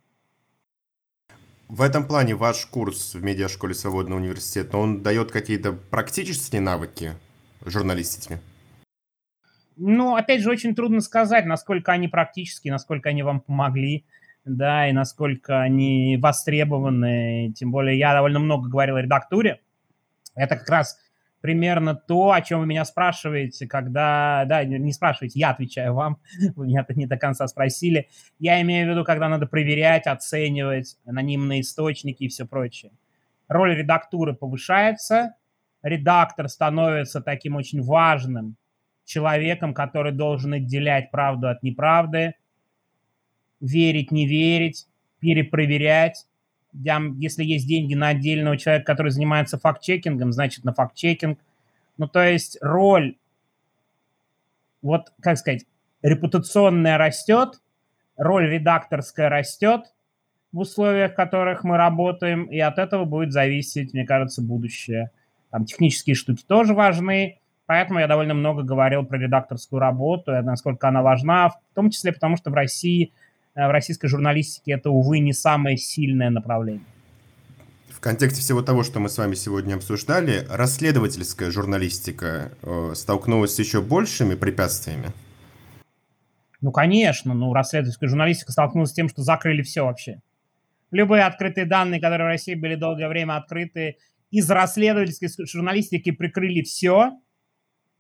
В этом плане ваш курс в Медиашколе Свободного университета, он дает какие-то практические навыки журналистики? Ну, опять же, очень трудно сказать, насколько они практические, насколько они вам помогли, да, и насколько они востребованы. Тем более я довольно много говорил о редактуре. Это как раз примерно то, о чем вы меня спрашиваете, когда... Да, не спрашиваете, я отвечаю вам, вы меня не до конца спросили. Я имею в виду, когда надо проверять, оценивать анонимные источники и все прочее. Роль редактуры повышается, редактор становится таким очень важным человеком, который должен отделять правду от неправды, верить, не верить, перепроверять. Если есть деньги на отдельного человека, который занимается факт-чекингом, значит, на факт-чекинг. Ну, то есть роль, вот, как сказать, репутационная растет, роль редакторская растет в условиях, в которых мы работаем, и от этого будет зависеть, мне кажется, будущее. Там технические штуки тоже важны, поэтому я довольно много говорил про редакторскую работу, и насколько она важна, в том числе потому, что в России, в российской журналистике это, увы, не самое сильное направление. В контексте всего того, что мы с вами сегодня обсуждали, расследовательская журналистика э, столкнулась с еще большими препятствиями? Ну, конечно. Ну, расследовательская журналистика столкнулась с тем, что закрыли все вообще. Любые открытые данные, которые в России были долгое время открыты, из расследовательской журналистики прикрыли все.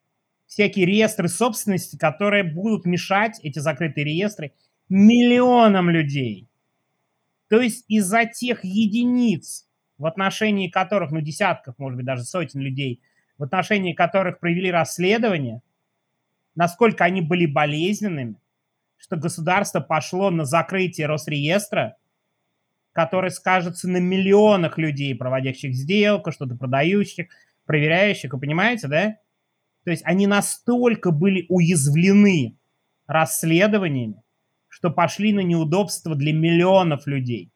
всякие реестры собственности, которые будут мешать, эти закрытые реестры, миллионам людей. То есть из-за тех единиц, в отношении которых, ну, десятков, может быть, даже сотен людей, в отношении которых провели расследование, насколько они были болезненными, что государство пошло на закрытие Росреестра, который скажется на миллионах людей, проводящих сделку, что-то продающих, проверяющих, вы понимаете, да? То есть они настолько были уязвлены расследованиями, что пошли на неудобства для миллионов людей.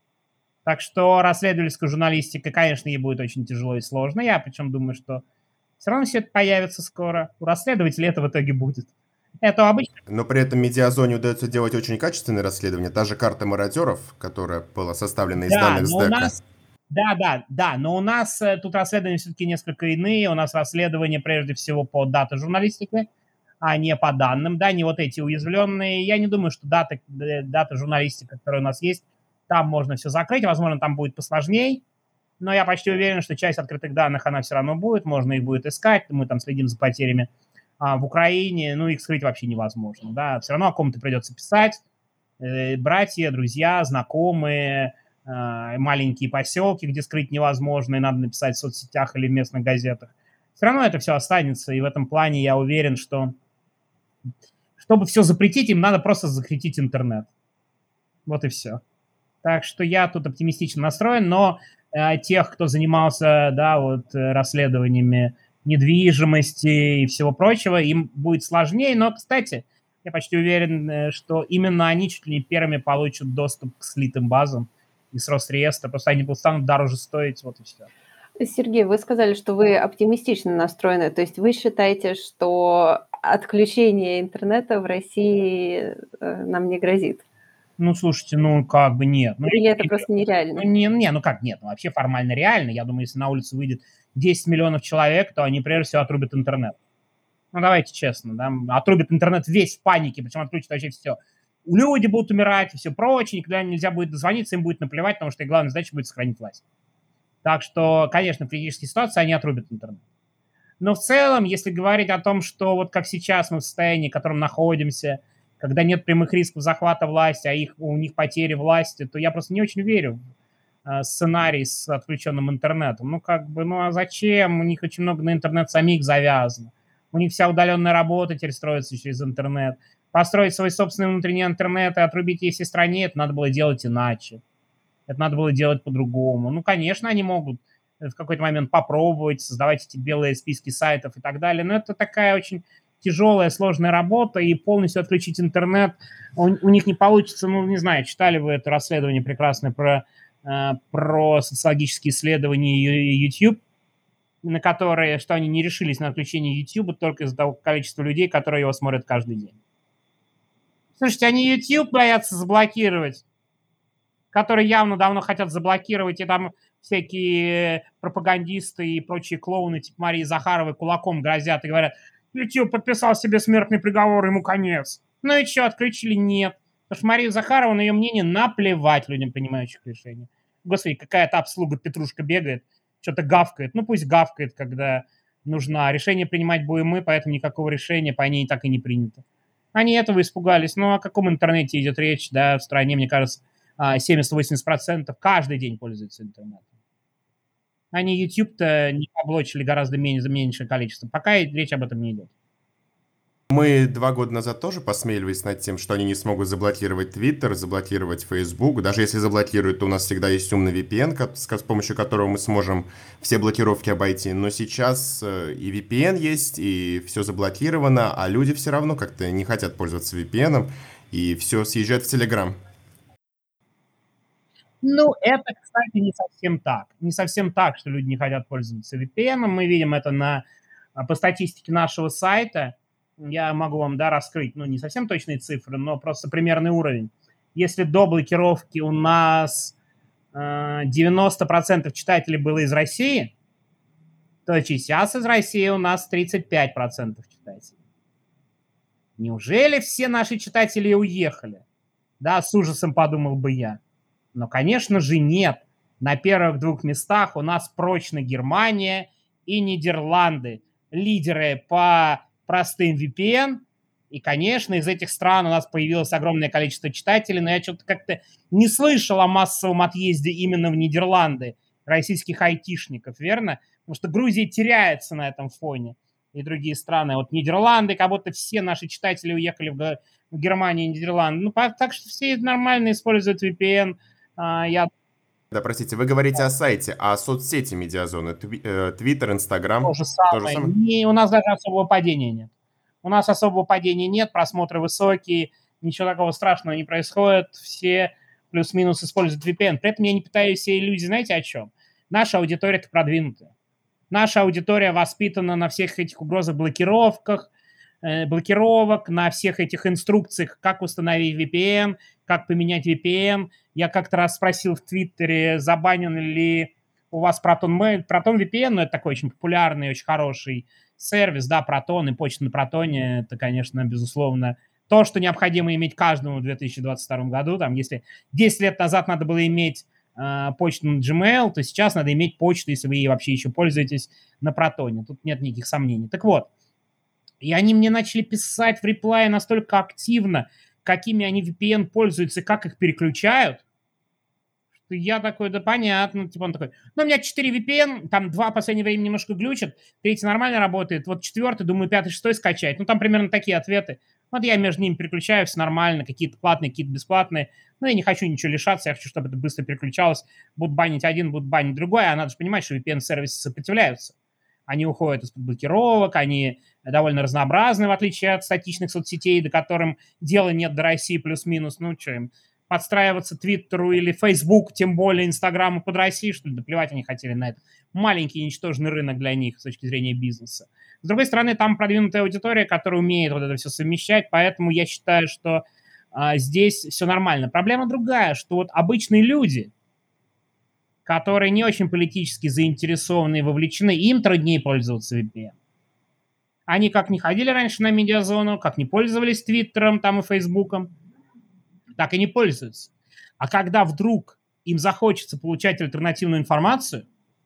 Так что расследовательская журналистика, конечно, ей будет очень тяжело и сложно. Я причем думаю, что все равно все это появится скоро. У расследователей это в итоге будет. Это обычно. Но при этом Медиазоне удается делать очень качественные расследования. Та же карта мародеров, которая была составлена из Да, данных но у СДЭКа. нас, да, да, да, но у нас э, тут расследования все-таки несколько иные. У нас расследования прежде всего по дата-журналистике, а не по данным, да, не вот эти уязвленные. Я не думаю, что дата, э, дата-журналистика, которая у нас есть, там можно все закрыть. Возможно, там будет посложнее, но я почти уверен, что часть открытых данных, она все равно будет, можно их будет искать. Мы там следим за потерями а, в Украине, ну, их скрыть вообще невозможно, да. Все равно о ком-то придется писать. Э, братья, друзья, знакомые, маленькие поселки, где скрыть невозможно, и надо написать в соцсетях или в местных газетах. Все равно это все останется, и в этом плане я уверен, что чтобы все запретить, им надо просто запретить интернет. Вот и все. Так что я тут оптимистично настроен, но э, тех, кто занимался, да, вот, расследованиями недвижимости и всего прочего, им будет сложнее, но, кстати, я почти уверен, что именно они чуть ли не первыми получат доступ к слитым базам и с Росреестра, просто они станут дороже стоить, вот и все. Сергей, вы сказали, что вы оптимистично настроены, то есть вы считаете, что отключение интернета в России нам не грозит? Ну, слушайте, ну, как бы нет. Ну, Или это просто нереально? Ну, не, не, ну как нет, ну, вообще формально реально. Я думаю, если на улицу выйдет десять миллионов человек, то они прежде всего отрубят интернет. Ну, давайте честно, да, отрубят интернет весь в панике, причем отключат вообще все. Люди будут умирать и все прочее, никогда нельзя будет дозвониться, им будет наплевать, потому что их главная задача будет сохранить власть. Так что, конечно, в критической ситуации они отрубят интернет. Но в целом, если говорить о том, что вот как сейчас мы в состоянии, в котором находимся, когда нет прямых рисков захвата власти, а их, у них потери власти, то я просто не очень верю в э, сценарий с отключенным интернетом. Ну, как бы, ну а зачем? У них очень много на интернет самих завязано. У них вся удаленная работа теперь строится через интернет. Построить свой собственный внутренний интернет и отрубить ей всей стране, это надо было делать иначе. Это надо было делать по-другому. Ну, конечно, они могут в какой-то момент попробовать, создавать эти белые списки сайтов и так далее, но это такая очень тяжелая, сложная работа, и полностью отключить интернет у, у них не получится. Ну, не знаю, читали вы это расследование прекрасное про, э, про социологические исследования YouTube, на которые, что они не решились на отключение YouTube только из-за того количества людей, которые его смотрят каждый день. Слушайте, они YouTube боятся заблокировать, которые явно давно хотят заблокировать, и там всякие пропагандисты и прочие клоуны типа Марии Захаровой кулаком грозят и говорят: YouTube подписал себе смертный приговор, ему конец. Ну и что, отключили? Нет. Потому что Марию Захарову, на ее мнение, наплевать людям, принимающих решения. Господи, какая-то обслуга Петрушка бегает, что-то гавкает. Ну пусть гавкает, когда нужна. Решение принимать будем мы, поэтому никакого решения по ней так и не принято. Они этого испугались. Ну о каком интернете идет речь, да, в стране, мне кажется, семьдесят-восемьдесят процентов каждый день пользуются интернетом. Они YouTube-то не поблочили гораздо меньше, меньшее количество. Пока речь об этом не идет. Мы два года назад тоже посмеивались над тем, что они не смогут заблокировать Twitter, заблокировать Facebook. Даже если заблокируют, то у нас всегда есть умный ви пи эн, с помощью которого мы сможем все блокировки обойти. Но сейчас и ви пи эн есть, и все заблокировано, а люди все равно как-то не хотят пользоваться ви пи эн, и все съезжает в Telegram. Ну, это, кстати, не совсем так. Не совсем так, что люди не хотят пользоваться ви пи эн. Мы видим это на, по статистике нашего сайта. Я могу вам, да, раскрыть, ну, не совсем точные цифры, но просто примерный уровень. Если до блокировки у нас э, девяносто процентов читателей было из России, то сейчас из России у нас тридцать пять процентов читателей. Неужели все наши читатели уехали? Да, с ужасом подумал бы я. Но, конечно же, нет. На первых двух местах у нас прочно Германия и Нидерланды. Лидеры по простым ви пи эн. И, конечно, из этих стран у нас появилось огромное количество читателей, но я что-то как-то не слышал о массовом отъезде именно в Нидерланды российских айтишников, верно? Потому что Грузия теряется на этом фоне и другие страны. Вот Нидерланды, как будто все наши читатели уехали в, в Германию и Нидерланды. Ну, так что все нормально используют ви пи эн. А, я... Да, простите, вы говорите о сайте, а соцсети Медиазоны, Твиттер, Инстаграм? То же самое. То же самое? Не, у нас даже особого падения нет. У нас особого падения нет, просмотры высокие, ничего такого страшного не происходит, все плюс-минус используют ви пи эн. При этом я не питаю все иллюзии, знаете, о чем? Наша аудитория-то продвинутая. Наша аудитория воспитана на всех этих угрозах блокировках, э, блокировок, на всех этих инструкциях, как установить ви пи эн, как поменять ви пи эн. Я как-то раз спросил в Твиттере, забанен ли у вас Proton Mail. Proton ви пи эн, ну, это такой очень популярный, очень хороший сервис, да, Proton и почта на Протоне, это, конечно, безусловно, то, что необходимо иметь каждому в две тысячи двадцать втором году. Там, если десять лет назад надо было иметь э, почту на Gmail, то сейчас надо иметь почту, если вы ей вообще еще пользуетесь, на Протоне. Тут нет никаких сомнений. Так вот, и они мне начали писать в реплае настолько активно, какими они ви пи эн пользуются, как их переключают, что я такой, да понятно. Типа он такой, ну, у меня четыре ви пи эн, там два в последнее время немножко глючат, третий нормально работает, вот четвертый, думаю, пятый, шестой скачать. Ну, там примерно такие ответы. Вот я между ними переключаю, все нормально, какие-то платные, какие-то бесплатные. Но я не хочу ничего лишаться, я хочу, чтобы это быстро переключалось. Будут банить один, будут банить другой, а надо же понимать, что ви пи эн-сервисы сопротивляются. Они уходят из-под блокировок, они довольно разнообразны, в отличие от статичных соцсетей, до которым дела нет до России плюс-минус. Ну, что им, подстраиваться Твиттеру или Фейсбуку, тем более Инстаграму под Россию, что ли? Да плевать они хотели на это. Маленький ничтожный рынок для них с точки зрения бизнеса. С другой стороны, там продвинутая аудитория, которая умеет вот это все совмещать, поэтому я считаю, что а, здесь все нормально. Проблема другая, что вот обычные люди, которые не очень политически заинтересованы и вовлечены, им труднее пользоваться ви пи эн. Они как не ходили раньше на медиазону, как не пользовались Твиттером там и Фейсбуком, так и не пользуются. А когда вдруг им захочется получать альтернативную информацию,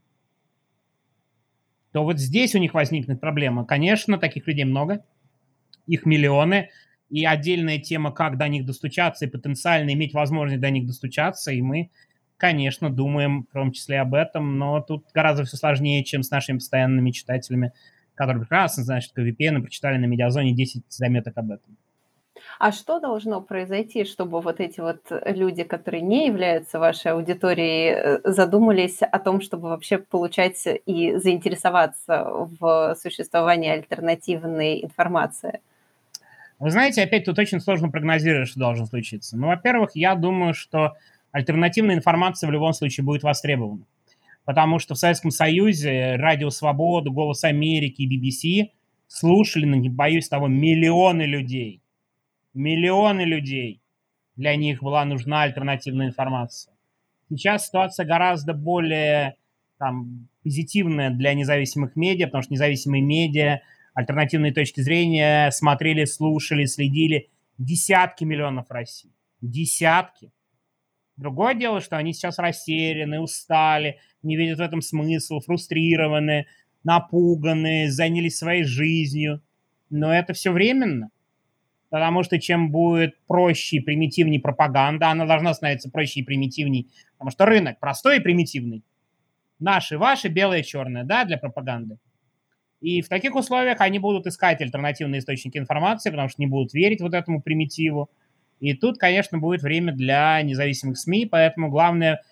то вот здесь у них возникнет проблема. Конечно, таких людей много, их миллионы, и отдельная тема, как до них достучаться и потенциально иметь возможность до них достучаться, и мы, конечно, думаем в том числе об этом, но тут гораздо все сложнее, чем с нашими постоянными читателями, которые прекрасно знают, что такое ви пи эн, и прочитали на Медиазоне десять заметок об этом. А что должно произойти, чтобы вот эти вот люди, которые не являются вашей аудиторией, задумались о том, чтобы вообще получать и заинтересоваться в существовании альтернативной информации? Вы знаете, опять тут очень сложно прогнозировать, что должно случиться. Ну, во-первых, я думаю, что альтернативная информация в любом случае будет востребована. Потому что в Советском Союзе Радио Свобода, Голос Америки и би би си слушали, ну, не боюсь того, миллионы людей. Миллионы людей. Для них была нужна альтернативная информация. Сейчас ситуация гораздо более там, позитивная для независимых медиа, потому что независимые медиа, альтернативные точки зрения смотрели, слушали, следили десятки миллионов в России. Десятки. Другое дело, что они сейчас растеряны, устали, не видят в этом смысла, фрустрированы, напуганы, занялись своей жизнью. Но это все временно. Потому что чем будет проще и примитивнее пропаганда, она должна становиться проще и примитивней, потому что рынок простой и примитивный. Наши, ваши, белое, черное, да, для пропаганды. И в таких условиях они будут искать альтернативные источники информации, потому что не будут верить вот этому примитиву. И тут, конечно, будет время для независимых СМИ, поэтому главное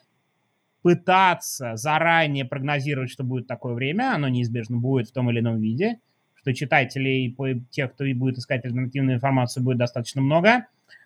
пытаться заранее прогнозировать, что будет такое время, оно неизбежно будет в том или ином виде, что читателей, тех, кто и будет искать альтернативную информацию, будет достаточно много.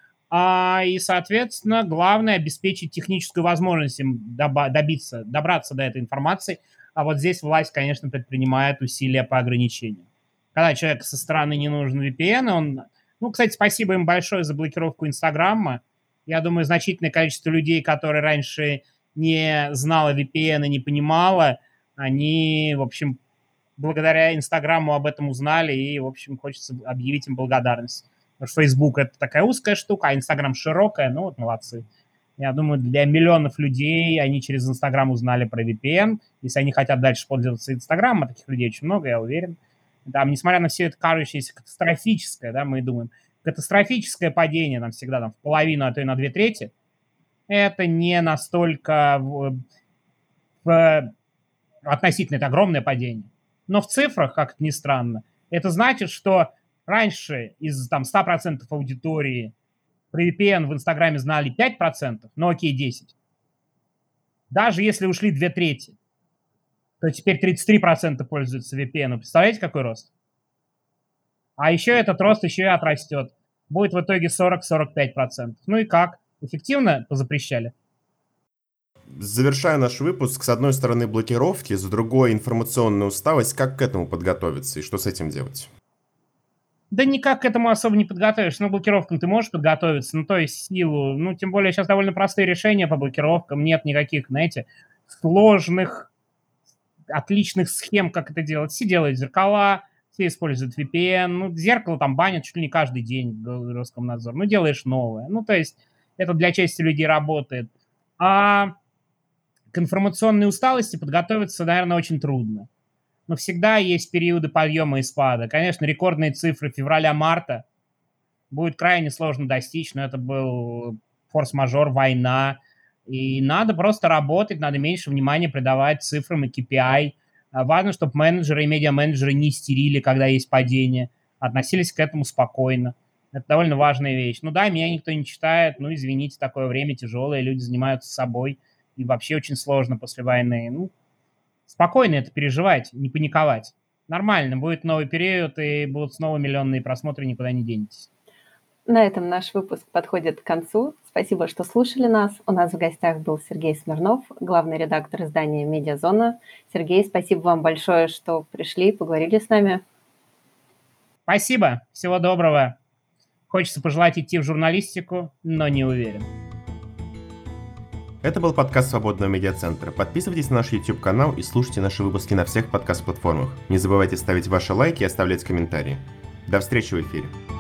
А, и, соответственно, главное обеспечить техническую возможность им добиться, добраться до этой информации. А вот здесь власть, конечно, предпринимает усилия по ограничению. Когда человек со стороны не нужен ви пи эн, он... Ну, кстати, спасибо им большое за блокировку Инстаграма. Я думаю, значительное количество людей, которые раньше не знало ви пи эн и не понимало, они, в общем, благодаря Инстаграму об этом узнали, и, в общем, хочется объявить им благодарность. Потому что Facebook – это такая узкая штука, а Инстаграм широкая, ну вот молодцы. Я думаю, для миллионов людей они через Инстаграм узнали про ви пи эн. Если они хотят дальше пользоваться Инстаграмом, а таких людей очень много, я уверен, Там, несмотря на все это кажущееся катастрофическое, да, мы думаем, катастрофическое падение, там всегда там, в половину, а то и на две трети, это не настолько в, в, относительно это огромное падение. Но в цифрах, как это ни странно, это значит, что раньше из там, ста процентов аудитории про ви пи эн в Инстаграме знали пять процентов, ну окей, десять процентов. Даже если ушли две трети, то теперь тридцать три процента пользуются ви пи эн. Представляете, какой рост? А еще этот рост еще и отрастет. Будет в итоге сорок - сорок пять процентов. Ну и как? Эффективно позапрещали? Завершая наш выпуск, с одной стороны блокировки, с другой информационная усталость. Как к этому подготовиться и что с этим делать? Да никак к этому особо не подготовишься. Ну, блокировкам ты можешь подготовиться, ну, то есть силу. Ну, тем более сейчас довольно простые решения по блокировкам. Нет никаких, знаете, сложных, отличных схем, как это делать. Все делают зеркала, все используют ви пи эн. Ну, зеркало там банят чуть ли не каждый день в Роскомнадзор. Ну, делаешь новое. Ну, то есть это для части людей работает. А к информационной усталости подготовиться, наверное, очень трудно. Но всегда есть периоды подъема и спада. Конечно, рекордные цифры февраля-марта будет крайне сложно достичь, но это был форс-мажор, война. И надо просто работать, надо меньше внимания придавать цифрам и кей пи ай. Важно, чтобы менеджеры и медиа-менеджеры не истерили, когда есть падение, относились к этому спокойно. Это довольно важная вещь. Ну да, меня никто не читает, ну извините, такое время тяжелое, люди занимаются собой, и вообще очень сложно после войны. Ну, спокойно это переживать, не паниковать. Нормально, будет новый период, и будут снова миллионные просмотры, никуда не денетесь. На этом наш выпуск подходит к концу. Спасибо, что слушали нас. У нас в гостях был Сергей Смирнов, главный редактор издания «Медиазона». Сергей, спасибо вам большое, что пришли, поговорили с нами. Спасибо, всего доброго. Хочется пожелать идти в журналистику, но не уверен. Это был подкаст Свободного медиацентра. Подписывайтесь на наш YouTube-канал и слушайте наши выпуски на всех подкаст-платформах. Не забывайте ставить ваши лайки и оставлять комментарии. До встречи в эфире.